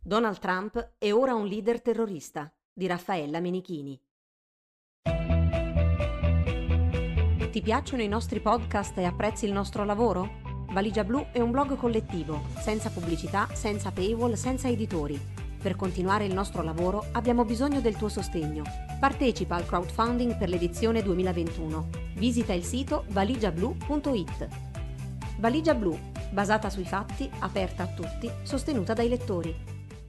Donald Trump è ora un leader terrorista di Raffaella Menichini. Ti piacciono i nostri podcast e apprezzi il nostro lavoro? Valigia Blu è un blog collettivo, senza pubblicità, senza paywall, senza editori. Per continuare il nostro lavoro abbiamo bisogno del tuo sostegno. Partecipa al crowdfunding per l'edizione 2021. Visita il sito valigiablu.it. Valigia Blu, basata sui fatti, aperta a tutti, sostenuta dai lettori.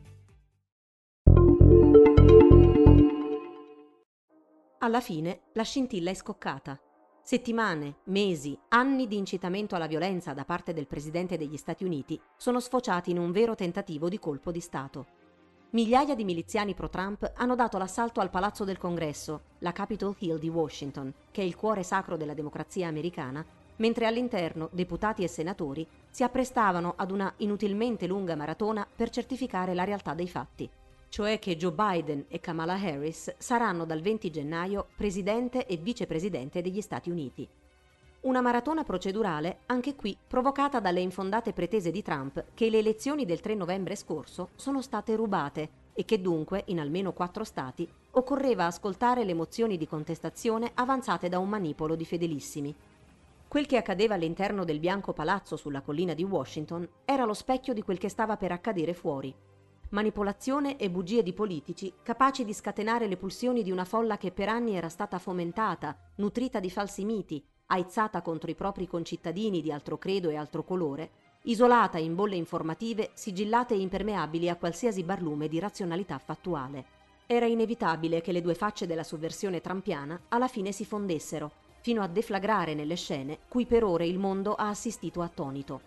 Alla fine la scintilla è scoccata. Settimane, mesi, anni di incitamento alla violenza da parte del presidente degli Stati Uniti sono sfociati in un vero tentativo di colpo di Stato. Migliaia di miliziani pro-Trump hanno dato l'assalto al Palazzo del Congresso, la Capitol Hill di Washington, che è il cuore sacro della democrazia americana, mentre all'interno deputati e senatori si apprestavano ad una inutilmente lunga maratona per certificare la realtà dei fatti, cioè che Joe Biden e Kamala Harris saranno dal 20 gennaio presidente e vicepresidente degli Stati Uniti. Una maratona procedurale, anche qui provocata dalle infondate pretese di Trump che le elezioni del 3 novembre scorso sono state rubate e che dunque, in almeno 4 stati, occorreva ascoltare le mozioni di contestazione avanzate da un manipolo di fedelissimi. Quel che accadeva all'interno del Bianco Palazzo sulla collina di Washington era lo specchio di quel che stava per accadere fuori. Manipolazione e bugie di politici capaci di scatenare le pulsioni di una folla che per anni era stata fomentata, nutrita di falsi miti, aizzata contro i propri concittadini di altro credo e altro colore, isolata in bolle informative, sigillate e impermeabili a qualsiasi barlume di razionalità fattuale. Era inevitabile che le due facce della sovversione trampiana alla fine si fondessero, fino a deflagrare nelle scene cui per ore il mondo ha assistito attonito.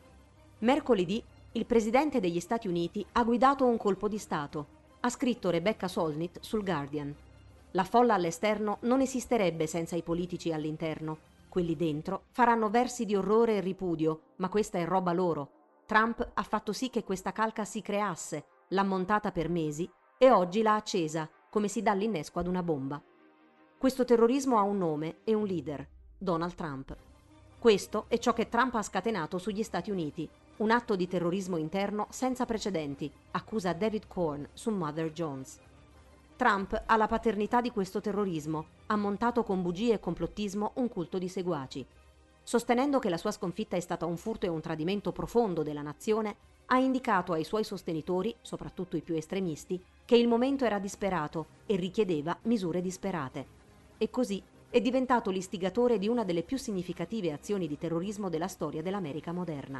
Mercoledì il presidente degli Stati Uniti ha guidato un colpo di Stato, ha scritto Rebecca Solnit sul Guardian. La folla all'esterno non esisterebbe senza i politici all'interno. Quelli dentro faranno versi di orrore e ripudio, ma questa è roba loro. Trump ha fatto sì che questa calca si creasse, l'ha montata per mesi e oggi l'ha accesa, come si dà l'innesco ad una bomba. Questo terrorismo ha un nome e un leader, Donald Trump. Questo è ciò che Trump ha scatenato sugli Stati Uniti, un atto di terrorismo interno senza precedenti, accusa David Corn su Mother Jones. Trump ha la paternità di questo terrorismo, ha montato con bugie e complottismo un culto di seguaci. Sostenendo che la sua sconfitta è stata un furto e un tradimento profondo della nazione, ha indicato ai suoi sostenitori, soprattutto i più estremisti, che il momento era disperato e richiedeva misure disperate. E così è diventato l'istigatore di una delle più significative azioni di terrorismo della storia dell'America moderna.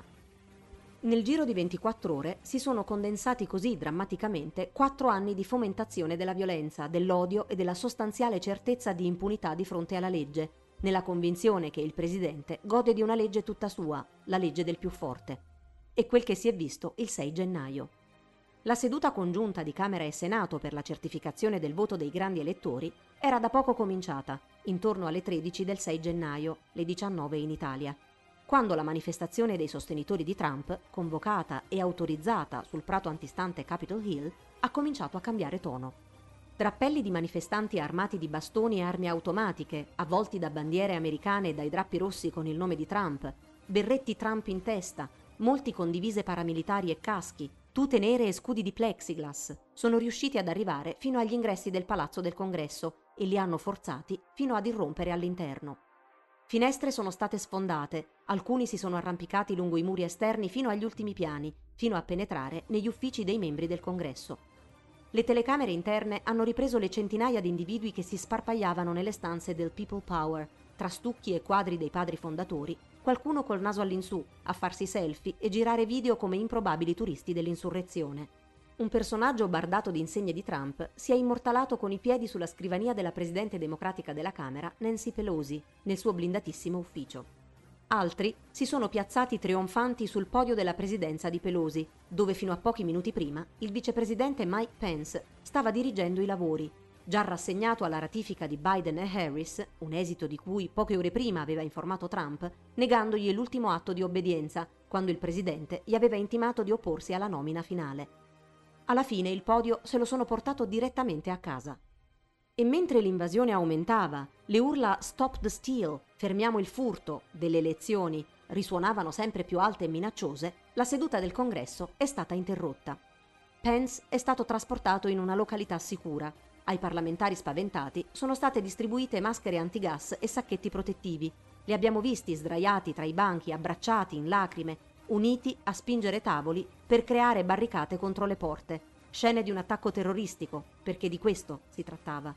Nel giro di 24 ore si sono condensati così drammaticamente 4 anni di fomentazione della violenza, dell'odio e della sostanziale certezza di impunità di fronte alla legge, nella convinzione che il presidente gode di una legge tutta sua, la legge del più forte. E quel che si è visto il 6 gennaio. La seduta congiunta di Camera e Senato per la certificazione del voto dei grandi elettori era da poco cominciata, intorno alle 13 del 6 gennaio, le 19 in Italia, quando la manifestazione dei sostenitori di Trump, convocata e autorizzata sul prato antistante Capitol Hill, ha cominciato a cambiare tono. Drappelli di manifestanti armati di bastoni e armi automatiche, avvolti da bandiere americane e dai drappi rossi con il nome di Trump, berretti Trump in testa, molti con divise paramilitari e caschi, tute nere e scudi di plexiglass, sono riusciti ad arrivare fino agli ingressi del Palazzo del Congresso e li hanno forzati fino ad irrompere all'interno. Finestre sono state sfondate, alcuni si sono arrampicati lungo i muri esterni fino agli ultimi piani, fino a penetrare negli uffici dei membri del Congresso. Le telecamere interne hanno ripreso le centinaia di individui che si sparpagliavano nelle stanze del People Power, tra stucchi e quadri dei padri fondatori, qualcuno col naso all'insù, a farsi selfie e girare video come improbabili turisti dell'insurrezione. Un personaggio bardato di insegne di Trump si è immortalato con i piedi sulla scrivania della presidente democratica della Camera, Nancy Pelosi, nel suo blindatissimo ufficio. Altri si sono piazzati trionfanti sul podio della presidenza di Pelosi, dove fino a pochi minuti prima il vicepresidente Mike Pence stava dirigendo i lavori, già rassegnato alla ratifica di Biden e Harris, un esito di cui poche ore prima aveva informato Trump, negandogli l'ultimo atto di obbedienza, quando il presidente gli aveva intimato di opporsi alla nomina finale. Alla fine il podio se lo sono portato direttamente a casa. E mentre l'invasione aumentava, le urla "Stop the steal", fermiamo il furto, delle elezioni risuonavano sempre più alte e minacciose, la seduta del Congresso è stata interrotta. Pence è stato trasportato in una località sicura. Ai parlamentari spaventati sono state distribuite maschere antigas e sacchetti protettivi. Li abbiamo visti sdraiati tra i banchi, abbracciati in lacrime, uniti a spingere tavoli per creare barricate contro le porte. Scene di un attacco terroristico, perché di questo si trattava.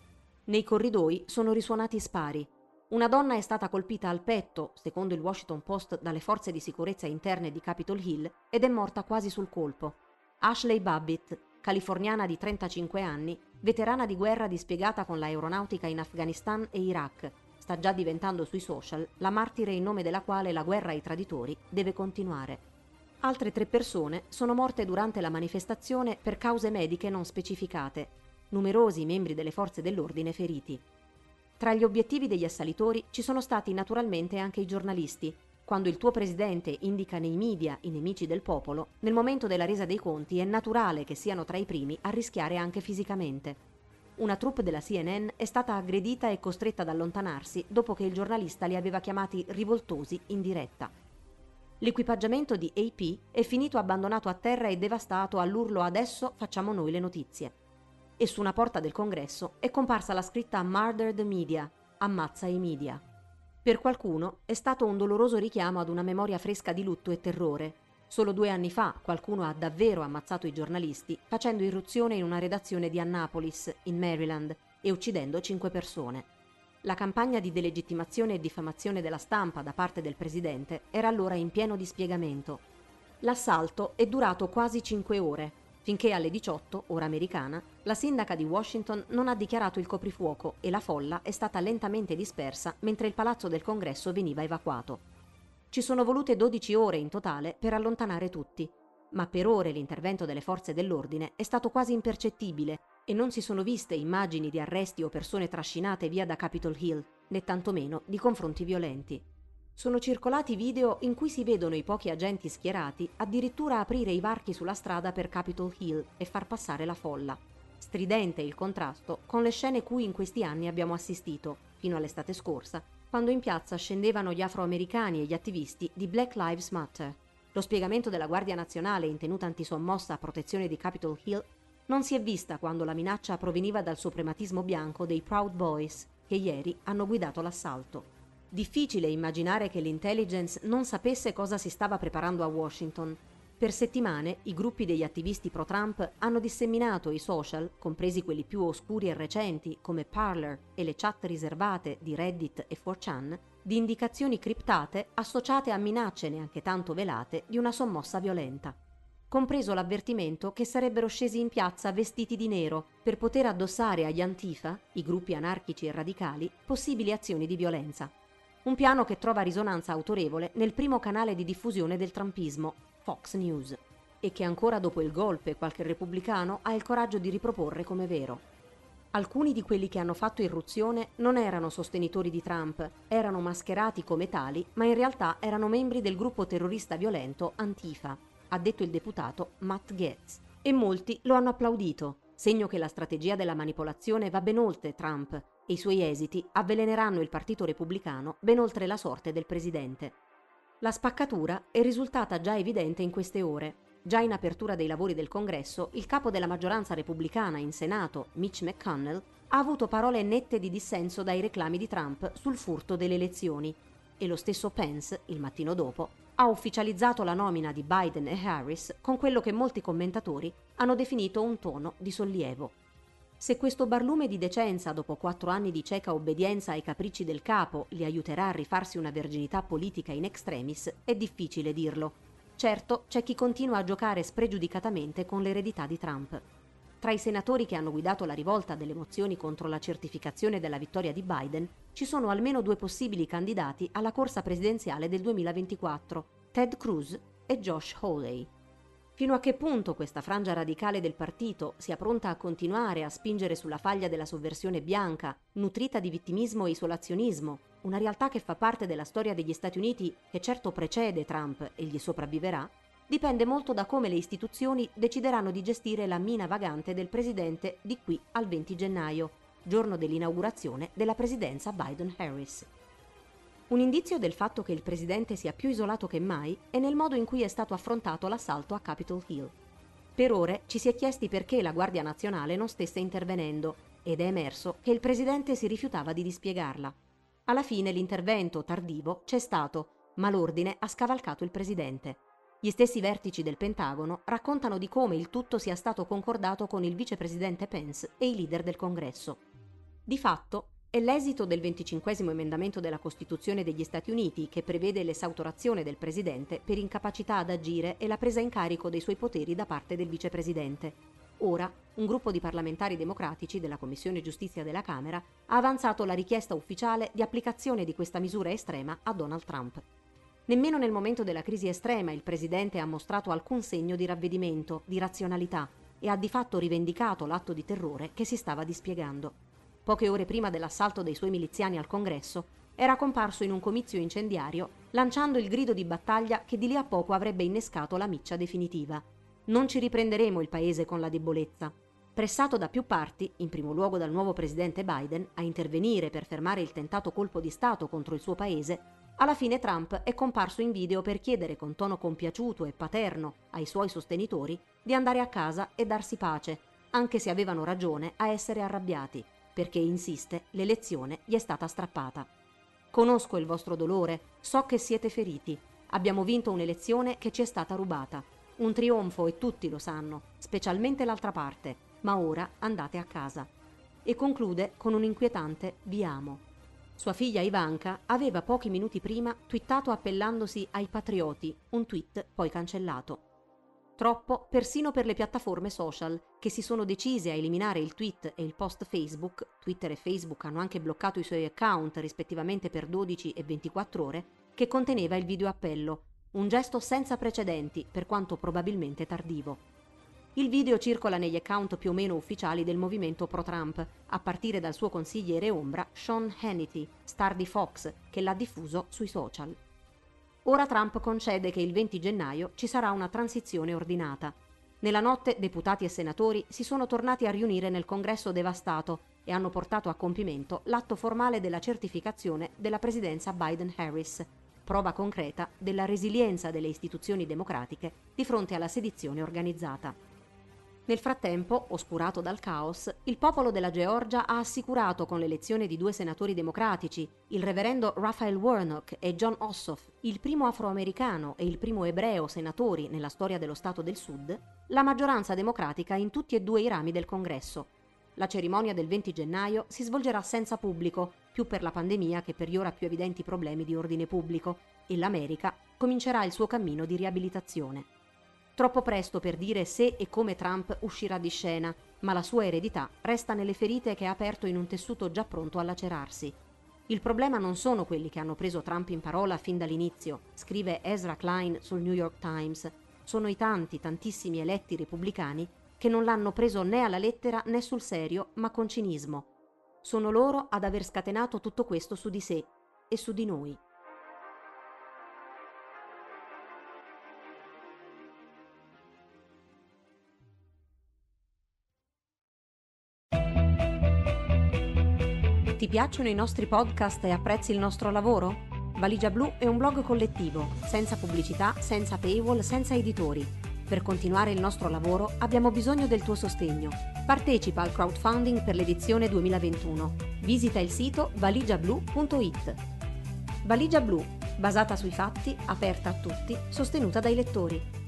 Nei corridoi sono risuonati spari. Una donna è stata colpita al petto, secondo il Washington Post, dalle forze di sicurezza interne di Capitol Hill ed è morta quasi sul colpo. Ashley Babbitt, californiana di 35 anni, veterana di guerra dispiegata con l'aeronautica in Afghanistan e Iraq, sta già diventando sui social la martire in nome della quale la guerra ai traditori deve continuare. Altre 3 persone sono morte durante la manifestazione per cause mediche non specificate. Numerosi membri delle forze dell'ordine feriti. Tra gli obiettivi degli assalitori ci sono stati naturalmente anche i giornalisti. Quando il tuo presidente indica nei media i nemici del popolo, nel momento della resa dei conti è naturale che siano tra i primi a rischiare anche fisicamente. Una troupe della CNN è stata aggredita e costretta ad allontanarsi dopo che il giornalista li aveva chiamati rivoltosi in diretta. L'equipaggiamento di AP è finito abbandonato a terra e devastato all'urlo "adesso facciamo noi le notizie". E su una porta del congresso è comparsa la scritta "Murder the Media", ammazza i media. Per qualcuno è stato un doloroso richiamo ad una memoria fresca di lutto e terrore. Solo 2 anni fa qualcuno ha davvero ammazzato i giornalisti facendo irruzione in una redazione di Annapolis, in Maryland, e uccidendo 5 persone. La campagna di delegittimazione e diffamazione della stampa da parte del presidente era allora in pieno dispiegamento. L'assalto è durato quasi 5 ore, finché alle 18, ora americana, la sindaca di Washington non ha dichiarato il coprifuoco e la folla è stata lentamente dispersa mentre il palazzo del Congresso veniva evacuato. Ci sono volute 12 ore in totale per allontanare tutti, ma per ore l'intervento delle forze dell'ordine è stato quasi impercettibile e non si sono viste immagini di arresti o persone trascinate via da Capitol Hill, né tantomeno di confronti violenti. Sono circolati video in cui si vedono i pochi agenti schierati addirittura aprire i varchi sulla strada per Capitol Hill e far passare la folla. Stridente il contrasto con le scene cui in questi anni abbiamo assistito, fino all'estate scorsa, quando in piazza scendevano gli afroamericani e gli attivisti di Black Lives Matter. Lo spiegamento della Guardia Nazionale in tenuta antisommossa a protezione di Capitol Hill non si è vista quando la minaccia proveniva dal suprematismo bianco dei Proud Boys, che ieri hanno guidato l'assalto. Difficile immaginare che l'intelligence non sapesse cosa si stava preparando a Washington. Per settimane i gruppi degli attivisti pro-Trump hanno disseminato i social, compresi quelli più oscuri e recenti come Parler e le chat riservate di Reddit e 4chan, di indicazioni criptate associate a minacce neanche tanto velate di una sommossa violenta. Compreso l'avvertimento che sarebbero scesi in piazza vestiti di nero per poter addossare agli Antifa, i gruppi anarchici e radicali, possibili azioni di violenza. Un piano che trova risonanza autorevole nel primo canale di diffusione del trumpismo, Fox News, e che ancora dopo il golpe qualche repubblicano ha il coraggio di riproporre come vero. Alcuni di quelli che hanno fatto irruzione non erano sostenitori di Trump, erano mascherati come tali, ma in realtà erano membri del gruppo terrorista violento Antifa, ha detto il deputato Matt Gaetz, e molti lo hanno applaudito, segno che la strategia della manipolazione va ben oltre Trump e i suoi esiti avveleneranno il Partito Repubblicano ben oltre la sorte del presidente. La spaccatura è risultata già evidente in queste ore. Già in apertura dei lavori del Congresso, il capo della maggioranza repubblicana in Senato, Mitch McConnell, ha avuto parole nette di dissenso dai reclami di Trump sul furto delle elezioni, e lo stesso Pence, il mattino dopo, ha ufficializzato la nomina di Biden e Harris con quello che molti commentatori hanno definito un tono di sollievo. Se questo barlume di decenza dopo 4 anni di cieca obbedienza ai capricci del capo li aiuterà a rifarsi una verginità politica in extremis, è difficile dirlo. Certo, c'è chi continua a giocare spregiudicatamente con l'eredità di Trump. Tra i senatori che hanno guidato la rivolta delle mozioni contro la certificazione della vittoria di Biden ci sono almeno 2 possibili candidati alla corsa presidenziale del 2024, Ted Cruz e Josh Hawley. Fino a che punto questa frangia radicale del partito sia pronta a continuare a spingere sulla faglia della sovversione bianca, nutrita di vittimismo e isolazionismo, una realtà che fa parte della storia degli Stati Uniti che certo precede Trump e gli sopravviverà, dipende molto da come le istituzioni decideranno di gestire la mina vagante del presidente di qui al 20 gennaio, giorno dell'inaugurazione della presidenza Biden-Harris. Un indizio del fatto che il presidente sia più isolato che mai è nel modo in cui è stato affrontato l'assalto a Capitol Hill. Per ore ci si è chiesti perché la Guardia Nazionale non stesse intervenendo ed è emerso che il presidente si rifiutava di dispiegarla. Alla fine l'intervento tardivo c'è stato, ma l'ordine ha scavalcato il presidente. Gli stessi vertici del Pentagono raccontano di come il tutto sia stato concordato con il vicepresidente Pence e i leader del Congresso. Di fatto, è l'esito del 25° emendamento della Costituzione degli Stati Uniti che prevede l'esautorazione del presidente per incapacità ad agire e la presa in carico dei suoi poteri da parte del vicepresidente. Ora, un gruppo di parlamentari democratici della Commissione Giustizia della Camera ha avanzato la richiesta ufficiale di applicazione di questa misura estrema a Donald Trump. Nemmeno nel momento della crisi estrema il presidente ha mostrato alcun segno di ravvedimento, di razionalità e ha di fatto rivendicato l'atto di terrore che si stava dispiegando. Poche ore prima dell'assalto dei suoi miliziani al Congresso, era comparso in un comizio incendiario, lanciando il grido di battaglia che di lì a poco avrebbe innescato la miccia definitiva. Non ci riprenderemo il paese con la debolezza. Pressato da più parti, in primo luogo dal nuovo presidente Biden, a intervenire per fermare il tentato colpo di Stato contro il suo paese, alla fine Trump è comparso in video per chiedere con tono compiaciuto e paterno ai suoi sostenitori di andare a casa e darsi pace, anche se avevano ragione a essere arrabbiati, perché, insiste, l'elezione gli è stata strappata. Conosco il vostro dolore, so che siete feriti. Abbiamo vinto un'elezione che ci è stata rubata. Un trionfo e tutti lo sanno, specialmente l'altra parte, ma ora andate a casa. E conclude con un inquietante "vi amo". Sua figlia Ivanka aveva pochi minuti prima twittato appellandosi ai patrioti, un tweet poi cancellato. Troppo persino per le piattaforme social, che si sono decise a eliminare il tweet e il post Facebook. Twitter e Facebook hanno anche bloccato i suoi account rispettivamente per 12 e 24 ore, che conteneva il video appello, un gesto senza precedenti per quanto probabilmente tardivo. Il video circola negli account più o meno ufficiali del movimento pro-Trump, a partire dal suo consigliere ombra Sean Hannity, star di Fox, che l'ha diffuso sui social. Ora Trump concede che il 20 gennaio ci sarà una transizione ordinata. Nella notte deputati e senatori si sono tornati a riunire nel Congresso devastato e hanno portato a compimento l'atto formale della certificazione della presidenza Biden-Harris, prova concreta della resilienza delle istituzioni democratiche di fronte alla sedizione organizzata. Nel frattempo, oscurato dal caos, il popolo della Georgia ha assicurato con l'elezione di 2 senatori democratici, il reverendo Raphael Warnock e Jon Ossoff, il primo afroamericano e il primo ebreo senatori nella storia dello Stato del Sud, la maggioranza democratica in tutti e 2 i rami del Congresso. La cerimonia del 20 gennaio si svolgerà senza pubblico, più per la pandemia che per gli ora più evidenti problemi di ordine pubblico, e l'America comincerà il suo cammino di riabilitazione. Troppo presto per dire se e come Trump uscirà di scena, ma la sua eredità resta nelle ferite che ha aperto in un tessuto già pronto a lacerarsi. Il problema non sono quelli che hanno preso Trump in parola fin dall'inizio, scrive Ezra Klein sul New York Times. Sono i tantissimi eletti repubblicani che non l'hanno preso né alla lettera né sul serio, ma con cinismo. Sono loro ad aver scatenato tutto questo su di sé e su di noi. Ti piacciono i nostri podcast e apprezzi il nostro lavoro? Valigia Blu è un blog collettivo, senza pubblicità, senza paywall, senza editori. Per continuare il nostro lavoro abbiamo bisogno del tuo sostegno. Partecipa al crowdfunding per l'edizione 2021. Visita il sito valigiablu.it. Valigia Blu, basata sui fatti, aperta a tutti, sostenuta dai lettori.